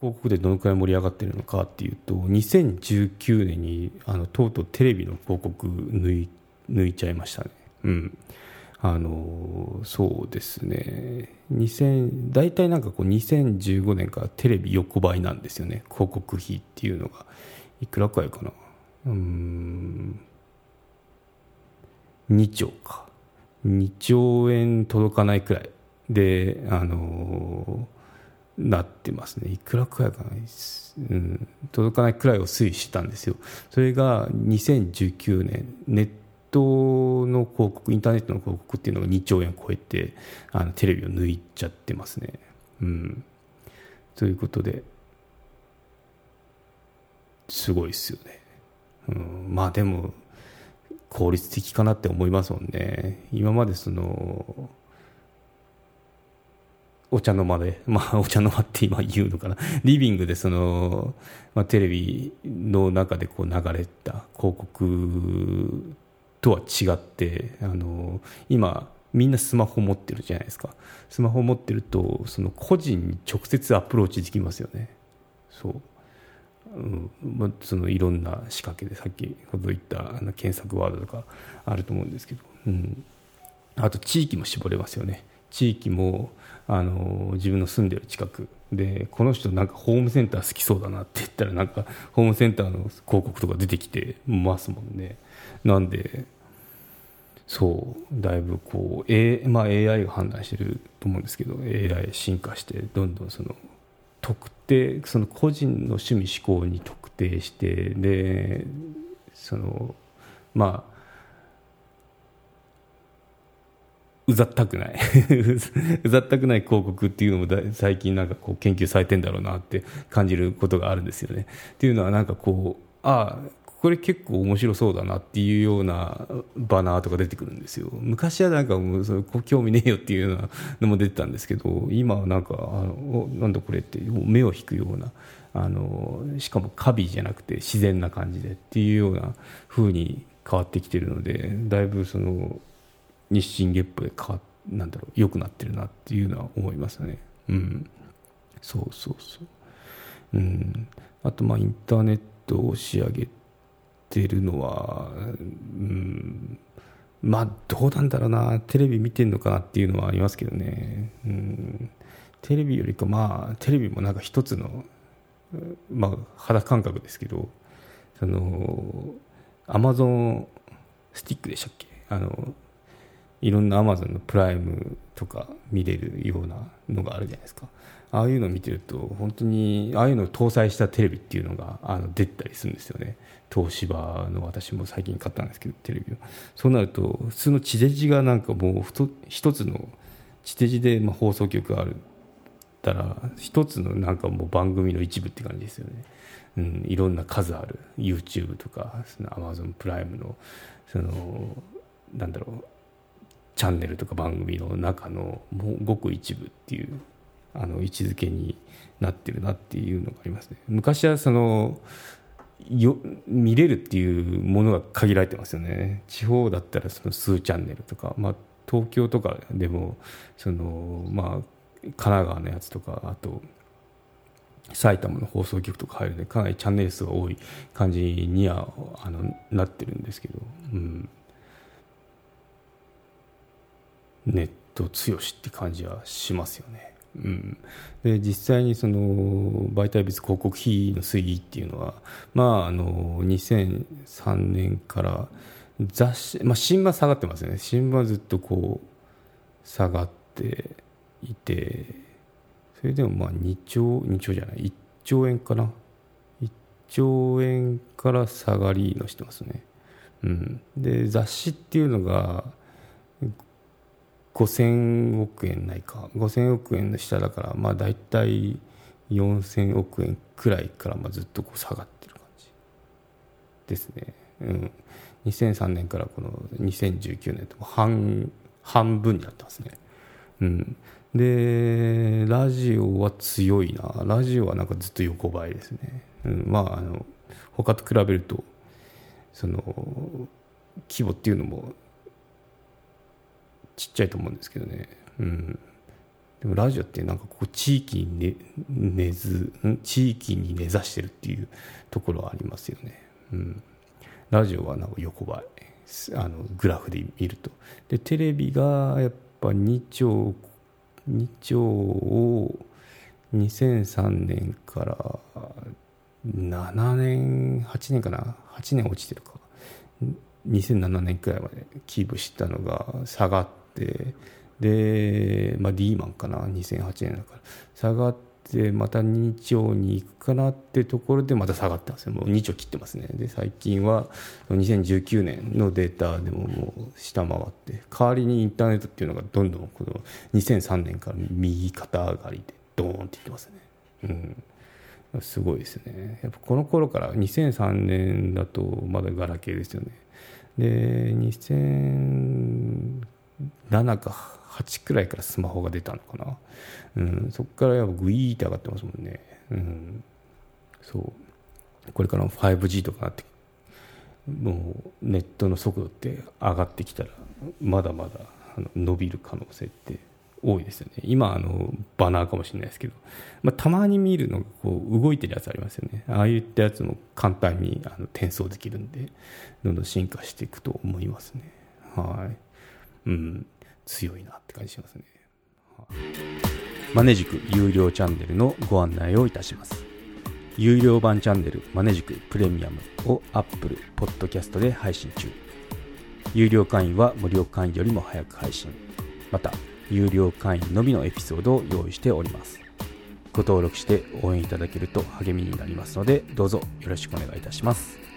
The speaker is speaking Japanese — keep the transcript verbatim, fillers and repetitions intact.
広告でどのくらい盛り上がっているのかっていうと、にせんじゅうきゅうねんにあのとうとうテレビの広告抜い、抜いちゃいましたね。うん、あのそうですね、にせん大体なんかこうにせんじゅうごねんからテレビ横ばいなんですよね、広告費っていうのが。いくらくらいかな、うーんにちょうか、にちょうえん届かないくらいで、あのなってますね。いくらくらいかな、うん、届かないくらいを推移したんですよ。それがにせんじゅうきゅうねん、ネットの広告、インターネットの広告っていうのがにちょうえん超えて、あのテレビを抜いちゃってますね。うん、ということですごいですよね。うん、まあでも効率的かなって思いますもんね。今までそのお茶の間で、まあ、お茶の間って今言うのかな、リビングでその、まあ、テレビの中でこう流れた広告とは違って、あの今みんなスマホ持ってるじゃないですか。スマホ持ってるとその個人に直接アプローチできますよね。そう、うんまあ、そのいろんな仕掛けでさっきほど言ったあの検索ワードとかあると思うんですけど、うん、あと地域も絞れますよね。地域もあの自分の住んでる近くで、この人なんかホームセンター好きそうだなって言ったら、なんかホームセンターの広告とか出てきてますもんね。なんでそうだいぶこう、A まあ、エーアイ が判断してると思うんですけど、 エーアイ 進化してどんどんその特定、その個人の趣味嗜好に特定して、でそのまあうざったくないうざったくない広告っていうのもだ最近なんかこう研究されてんだろうなって感じることがあるんですよね。っていうのはなんかこう、ああこれ結構面白そうだなっていうようなバナーとか出てくるんですよ。昔はなんかもうそれ興味ねえよっていうようなのも出てたんですけど、今はなんかあのなんだこれって目を引くような、あのしかも華美じゃなくて自然な感じでっていうような風に変わってきてるので、だいぶその日進月歩で変わなんだろう良くなってるなっていうのは思いますね。うん、そうそうそう。うん、あとまあインターネットを仕上げてるのは、うん、まあどうなんだろうな、テレビ見てるのかなっていうのはありますけどね。うん、テレビよりかまあテレビもなんか一つの、まあ肌感覚ですけど、そのアマゾンスティックでしたっけ、あのいろんなアマゾンのプライムとか見れるようなのがあるじゃないですか。ああいうのを見てると本当にああいうのを搭載したテレビっていうのがあの出たりするんですよね。東芝の私も最近買ったんですけどテレビを。そうなると普通の地デジがなんかもうふと一つの地デジでまあ放送局があるったら一つのなんかもう番組の一部って感じですよね。うん、いろんな数ある YouTube とかその Amazon プライムのそのなんだろうチャンネルとか番組の中のもうごく一部っていうあの位置づけになってるなっていうのがありますね。昔はそのよ見れるっていうものが限られてますよね。地方だったらその数チャンネルとか、まあ、東京とかでもその、まあ、神奈川のやつとかあと埼玉の放送局とか入るのでかなりチャンネル数が多い感じにはあのなってるんですけど、うんネット強しって感じはしますよね。うん、で実際にその媒体別広告費の推移っていうのは、まあ、あのにせんさんねんから雑誌、まあ、新聞は下がってますよね。新聞はずっとこう下がっていて、それでもまあにちょうにちょうじゃないいっちょうえんかないっちょうえんから下がりのしてますね。うん、で雑誌っていうのがごせんおくえんないかごせんおくえんの下だから、まあ大体よんせんおくえんくらいからまあずっとこう下がってる感じですね。うん、にせんさんねんからこのにせんじゅうきゅうねんと半半分になってますね。うん、でラジオは強いな。ラジオはなんかずっと横ばいですね。うん、まああの他と比べるとその規模っていうのもちっちゃいと思うんですけどね、うん、 でもラジオってなんかこう地域に根、根ず地域に根ざしてるっていうところはありますよね、うん、ラジオはなんか横ばい、あのグラフで見ると、でテレビがやっぱにちょうにちょうをにせんさんねんからななねんはちねんかなはちねん落ちてるかにせんななねんくらいまでキープしたのが下がって、で、まあ、D マンかなにせんはちねんだから下がってまたにちょうに行くかなってところでまた下がってますよ。もうにちょう切ってますね。で最近はにせんじゅうきゅうねんのデータでももう下回って、代わりにインターネットっていうのがどんどんこのにせんさんねんから右肩上がりでドーンっていってますね。うん、すごいですね。やっぱこの頃からにせんさんねんだとまだガラケーですよね。でにせんななかはちくらいからスマホが出たのかな、うん、そこからやっぱグイーって上がってますもんね、うん、そうこれからも ファイブジー とかなってもうネットの速度って上がってきたらまだまだあの伸びる可能性って多いですよね。今あのバナーかもしれないですけど、まあ、たまに見るのがこう動いてるやつありますよね。ああいったやつも簡単にあの転送できるんでどんどん進化していくと思いますね。はい、うん、強いなって感じしますね。マネジク有料チャンネルのご案内をいたします。有料版チャンネルマネジクプレミアムを Apple Podcast で配信中。有料会員は無料会員よりも早く配信、また有料会員のみのエピソードを用意しております。ご登録して応援いただけると励みになりますので、どうぞよろしくお願いいたします。